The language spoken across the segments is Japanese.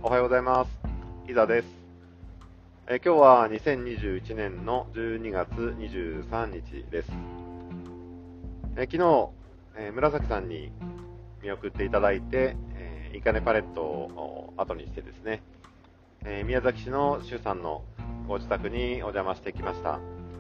おはようございます。伊沢です。今日は2021年の12月23日です。昨日、紫さんに見送っていただいて、イカネパレットを後にしてですね、宮崎市の周さんのご自宅にお邪魔してきました。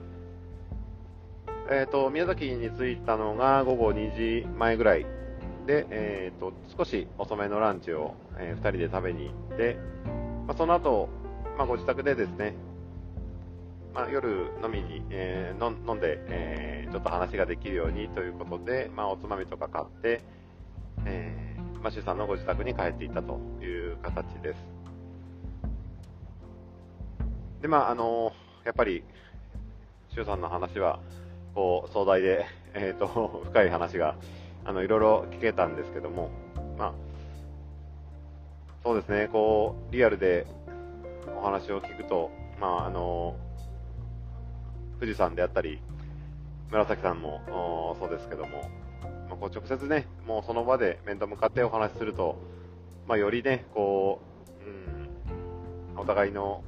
宮崎に着いたのが午後2時前ぐらいで、少し遅めのランチを、2人で食べに行って、その後、ご自宅でですね、夜飲みに、飲んで、ちょっと話ができるようにということで、おつまみとか買って、周さんのご自宅に帰っていったという形です。で、やっぱり、周さんの話は、壮大で、深い話が、いろいろ聞けたんですけども、そうですね、リアルでお話を聞くと、富士山であったり、紫さんもそうですけども、直接ね、もうその場で面と向かってお話しすると、よりね、お互いの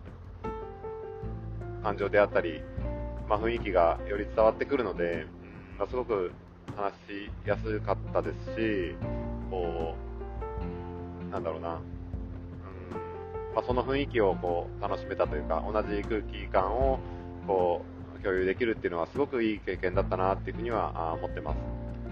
感情であったり、雰囲気がより伝わってくるので、すごく話しやすかったですし、なんだろうな、その雰囲気を楽しめたというか、同じ空気感を共有できるっていうのはすごくいい経験だったなっていうふうには思ってます。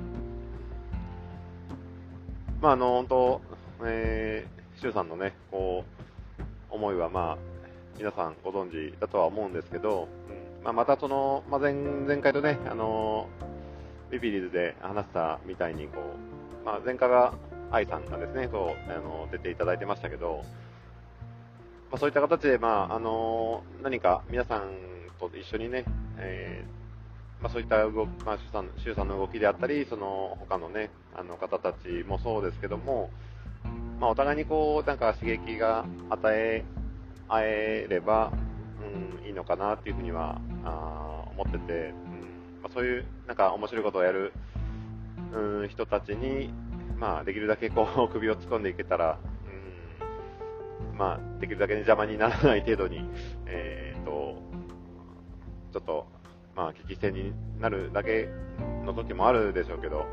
本当、周さんのね、思いは皆さんご存知だとは思うんですけど、またその、前回とね、ビビリズで話したみたいに、前回が愛さんがですね、出ていただいてましたけど、そういった形で、何か皆さんと一緒にね、そういった動き、周さんの動きであったり、その他のね、方たちもそうですけども、お互いになんか刺激が与え合えれば、いいのかなっていうふうには思ってて、そういうなんか面白いことをやる、人たちに、できるだけ首を突っ込んでいけたら、できるだけ邪魔にならない程度に、ちょっと、聞き手になるだけの時もあるでしょうけど、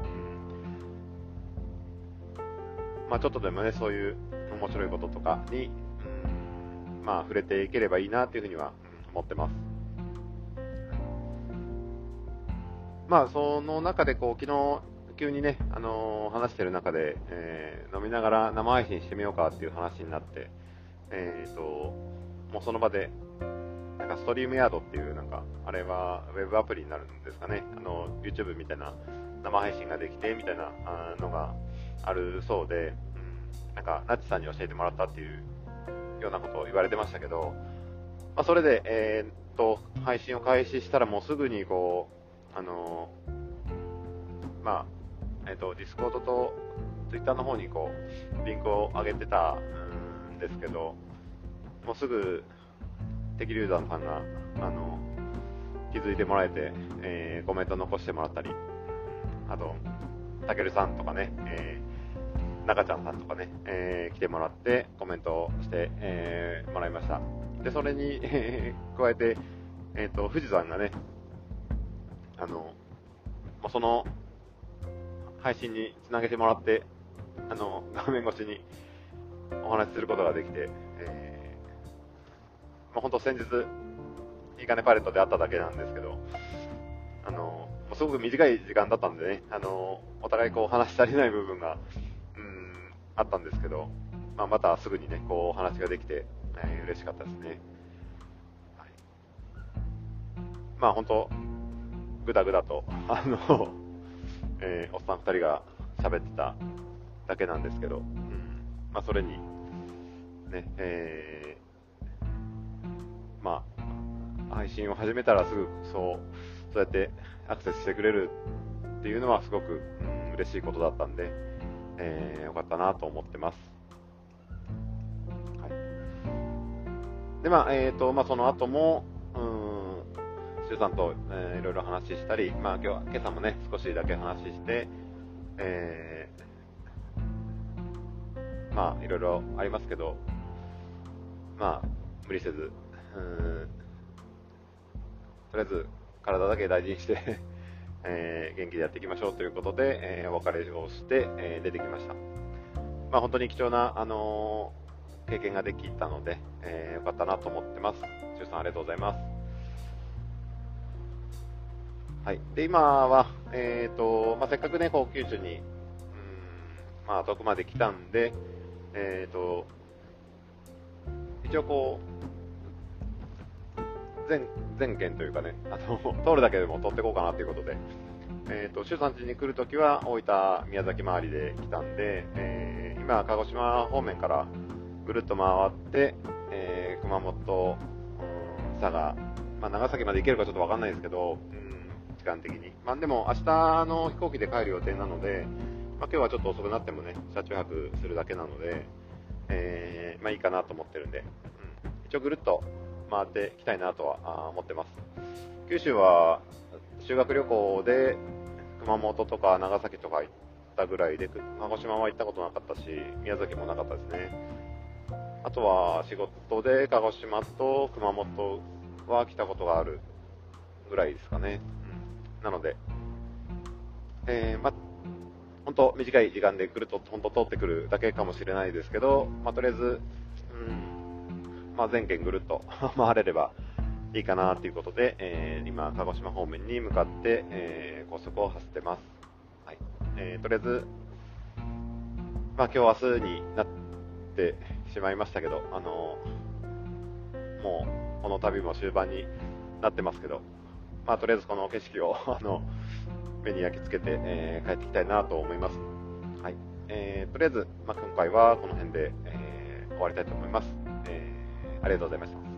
ちょっとでもね、そういう面白いこととかに、触れていければいいなというふうには思ってます。その中で昨日、急にね、話してる中で、飲みながら生配信してみようかっていう話になって、もうその場で、なんかストリームヤードっていうあれはウェブアプリになるんですかね。YouTube みたいな生配信ができてみたいなのがあるそうで、なんかナッチさんに教えてもらったっていうようなことを言われてましたけど、それで配信を開始したらもうすぐにディスコードと Twitter の方にリンクを上げてたんですけど、もうすぐ敵流山さんが気づいてもらえて、コメント残してもらったり、あとたけるさんとかね、中ちゃんさんとかね、来てもらってコメントをして、もらいました。でそれに、加えて、富士山がね、その配信につなげてもらって、画面越しにお話しすることができて、本当先日いいかねパレットで会っただけなんですけど、すごく短い時間だったんでね、お互い話し足りない部分があったんですけど、またすぐにねお話ができて、嬉しかったですね。はい、本当ぐだぐだとおっさん2人が喋ってただけなんですけど、それにね、配信を始めたらすぐそうやってアクセスしてくれるっていうのはすごく、嬉しいことだったんで、よかったなと思ってます。はい、でその後も周さんと、いろいろ話したり、今朝もね少しだけ話して、 まあいろいろありますけど、まあ無理せず、とりあえず体だけ大事にして元気でやっていきましょうということで、お別れをして、出てきました。まあ本当に貴重な、経験ができたので、よかったなと思ってます。周さんありがとうございます。はい。で、今は、まあ、せっかくね、こう九州に、まあ遠くまで来たんで、一応こう、全県というかね、通るだけでも通っていこうかなということで、周さん家に来るときは大分、宮崎周りで来たんで、今、鹿児島方面からぐるっと回って、熊本、佐賀、まあ、長崎まで行けるかちょっとわかんないですけど、時間的に。まあ、でも明日の飛行機で帰る予定なので、まあ、今日はちょっと遅くなってもね、車中泊するだけなので、まあいいかなと思ってるんで、一応ぐるっと回っていきたいなとは思ってます。九州は修学旅行で熊本とか長崎とか行ったぐらいで、鹿児島は行ったことなかったし、宮崎もなかったですね。あとは仕事で鹿児島と熊本は来たことがあるぐらいですかね。なので、まあ本当短い時間で来ると本当通ってくるだけかもしれないですけど、まあ、とりあえず、まあ、全県ぐるっと回れればいいかなということで、今鹿児島方面に向かって、高速を走ってます。はい。とりあえず、まあ、今日明日になってしまいましたけど、もうこの旅も終盤になってますけど、まあ、とりあえずこの景色を目に焼き付けて、帰っていきたいなと思います。はい。とりあえず、まあ、今回はこの辺で、終わりたいと思います。ありがとうございました。